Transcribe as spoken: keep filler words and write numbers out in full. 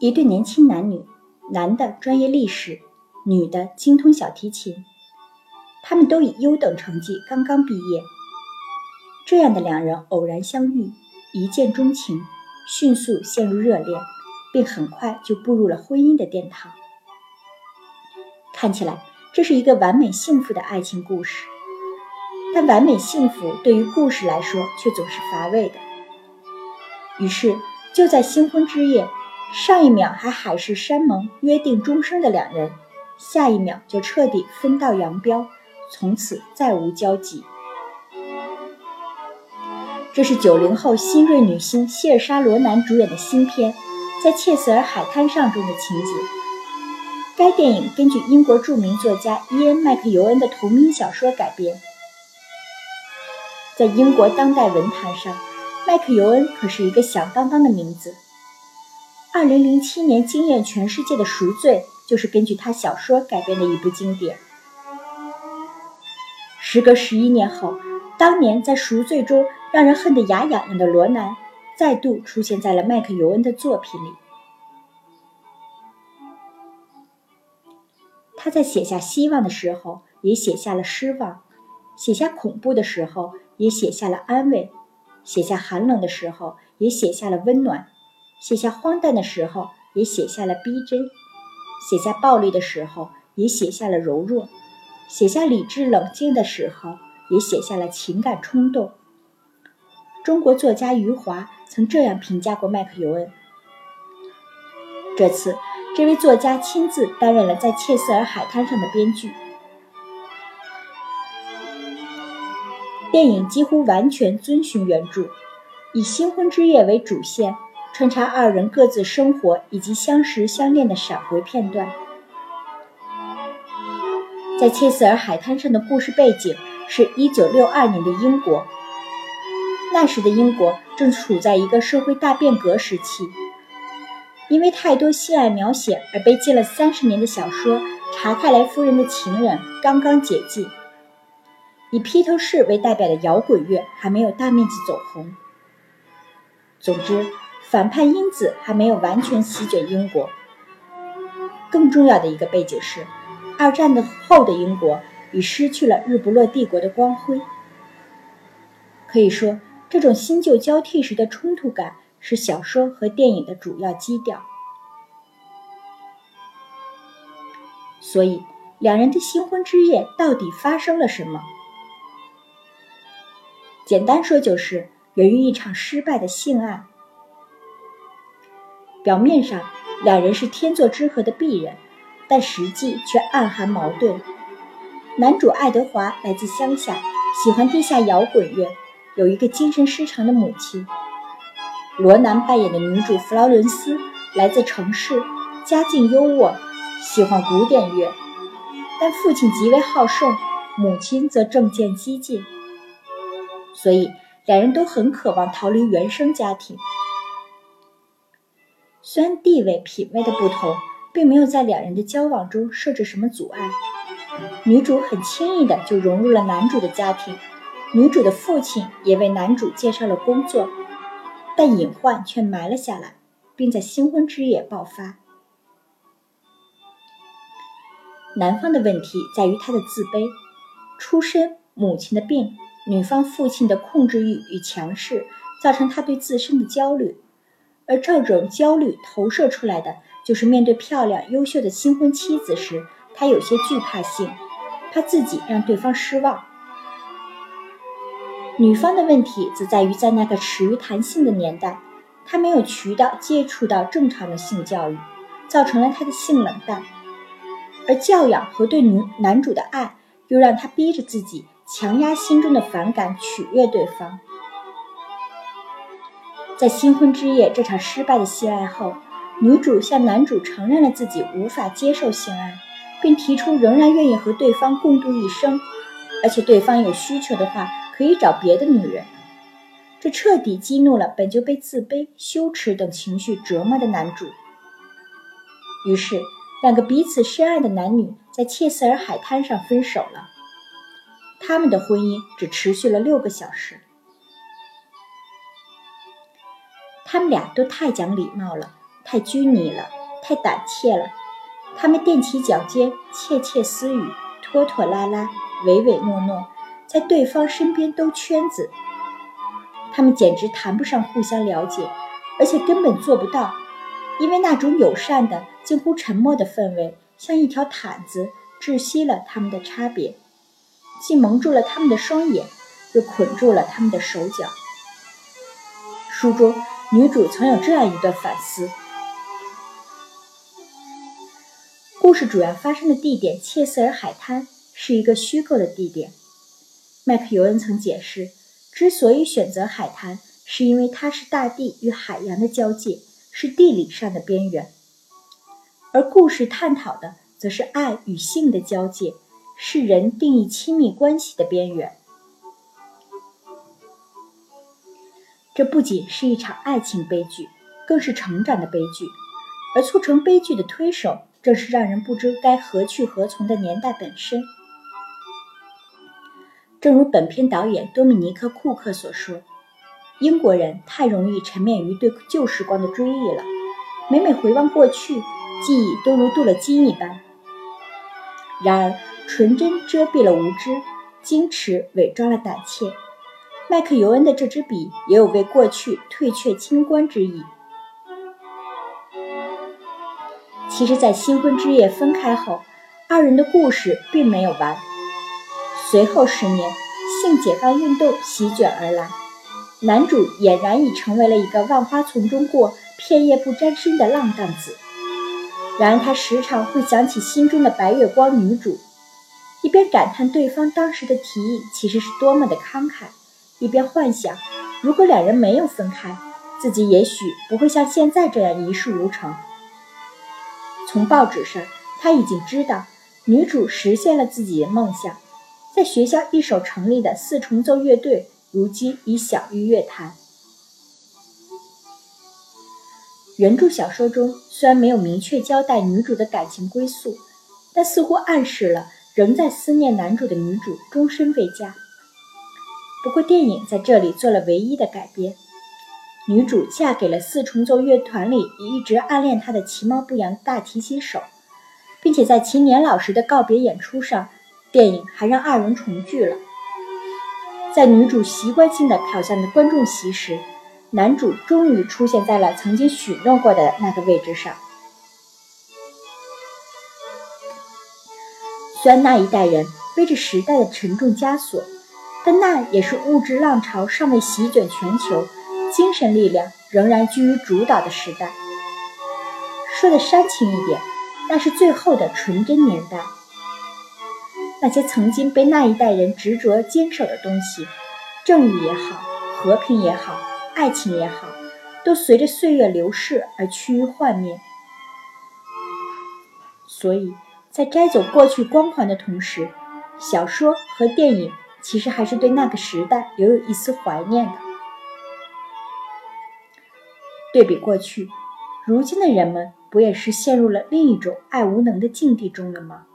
一对年轻男女，男的专业历史，女的精通小提琴，他们都以优等成绩刚刚毕业。这样的两人偶然相遇，一见钟情，迅速陷入热恋，并很快就步入了婚姻的殿堂。看起来这是一个完美幸福的爱情故事，但完美幸福对于故事来说却总是乏味的。于是就在新婚之夜，上一秒还海誓山盟约定终生的两人，下一秒就彻底分道扬镳，从此再无交集。这是九零后新锐女星谢尔莎·罗南主演的新片《在切斯尔海滩上》中的情节。该电影根据英国著名作家伊恩·麦克尤恩的同名小说改编。在英国当代文坛上，麦克尤恩可是一个响当当的名字。二零零七年惊艳全世界的《赎罪》就是根据他小说改编的一部经典。时隔十一年后，当年在《赎罪》中让人恨得牙痒痒的罗南，再度出现在了麦克尤恩的作品里。他在写下希望的时候，也写下了失望；写下恐怖的时候，也写下了安慰；写下寒冷的时候，也写下了温暖；写下荒诞的时候，也写下了逼真；写下暴力的时候，也写下了柔弱；写下理智冷静的时候，也写下了情感冲动。中国作家余华曾这样评价过麦克尤恩。这次这位作家亲自担任了在切斯尔海滩上的编剧。电影几乎完全遵循原著，以新婚之夜为主线，穿插二人各自生活以及相识相恋的闪回片段。在切斯尔海滩上的故事背景是一九六二年的英国，那时的英国正处在一个社会大变革时期。因为太多性爱描写而被禁了三十年的小说《查泰莱夫人的情人》刚刚解禁，以披头士为代表的摇滚乐还没有大面积走红。总之，反叛因子还没有完全席卷英国。更重要的一个背景是，二战的后的英国已失去了日不落帝国的光辉。可以说，这种新旧交替时的冲突感是小说和电影的主要基调。所以，两人的新婚之夜到底发生了什么？简单说就是源于一场失败的性爱。表面上，两人是天作之合的璧人，但实际却暗含矛盾。男主爱德华来自乡下，喜欢地下摇滚乐，有一个精神失常的母亲。罗南扮演的女主弗劳伦斯来自城市，家境优渥，喜欢古典乐，但父亲极为好胜，母亲则政见激进，所以两人都很渴望逃离原生家庭。虽然地位品味的不同，并没有在两人的交往中设置什么阻碍，女主很轻易的就融入了男主的家庭，女主的父亲也为男主介绍了工作，但隐患却埋了下来，并在新婚之夜爆发。男方的问题在于他的自卑，出身、母亲的病，女方父亲的控制欲与强势，造成他对自身的焦虑。而这种焦虑投射出来的，就是面对漂亮优秀的新婚妻子时，他有些惧怕性，怕自己让对方失望。女方的问题则在于在那个耻于谈性的年代，她没有渠道接触到正常的性教育，造成了她的性冷淡。而教养和对女男主的爱，又让她逼着自己强压心中的反感，取悦对方。在新婚之夜这场失败的性爱后，女主向男主承认了自己无法接受性爱，并提出仍然愿意和对方共度一生，而且对方有需求的话可以找别的女人。这彻底激怒了本就被自卑、羞耻等情绪折磨的男主。于是两个彼此深爱的男女在切斯尔海滩上分手了。他们的婚姻只持续了六个小时。他们俩都太讲礼貌了， 太拘泥了，太胆怯了。他们踮起脚尖，窃窃私语，拖拖拉拉，唯唯诺诺，在对方身边兜圈子。他们简直谈不上互相了解，而且根本做不到，因为那种友善的近乎沉默的氛围像一条毯子，窒息了他们的差别，既蒙住了他们的双眼，又捆住了他们的手脚。书中女主曾有这样一段反思。故事主要发生的地点切斯尔海滩是一个虚构的地点。麦克尤恩曾解释，之所以选择海滩，是因为它是大地与海洋的交界，是地理上的边缘。而故事探讨的则是爱与性的交界，是人定义亲密关系的边缘。这不仅是一场爱情悲剧，更是成长的悲剧，而促成悲剧的推手正是让人不知该何去何从的年代本身。正如本片导演多米尼克·库克所说，英国人太容易沉湎于对旧时光的追忆了，每每回望过去，记忆都如镀了金一般。然而纯真遮蔽了无知，矜持伪装了胆怯。麦克尤恩的这支笔也有为过去退却清官之意。其实在新婚之夜分开后，二人的故事并没有完。随后十年，性解放运动席卷而来，男主俨然已成为了一个万花丛中过，片叶不沾身的浪荡子。然而他时常会想起心中的白月光女主，一边感叹对方当时的提议其实是多么的慷慨，一边幻想如果两人没有分开，自己也许不会像现在这样一事无成。从报纸上他已经知道女主实现了自己的梦想，在学校一手成立的四重奏乐队如今已享誉乐坛。原著小说中虽然没有明确交代女主的感情归宿，但似乎暗示了仍在思念男主的女主终身未嫁。不过电影在这里做了唯一的改编，女主嫁给了四重奏乐团里一直暗恋她的其貌不扬大提琴手，并且在其年老时的告别演出上，电影还让二人重聚了。在女主习惯性地瞟向的观众席时，男主终于出现在了曾经许诺过的那个位置上。虽然那一代人背着时代的沉重枷锁，但那也是物质浪潮尚未席卷全球，精神力量仍然居于主导的时代。说的煽情一点，那是最后的纯真年代。那些曾经被那一代人执着坚守的东西，正义也好，和平也好，爱情也好，都随着岁月流逝而趋于幻灭。所以在摘走过去光环的同时，小说和电影其实还是对那个时代留有一丝怀念的。对比过去，如今的人们不也是陷入了另一种爱无能的境地中了吗？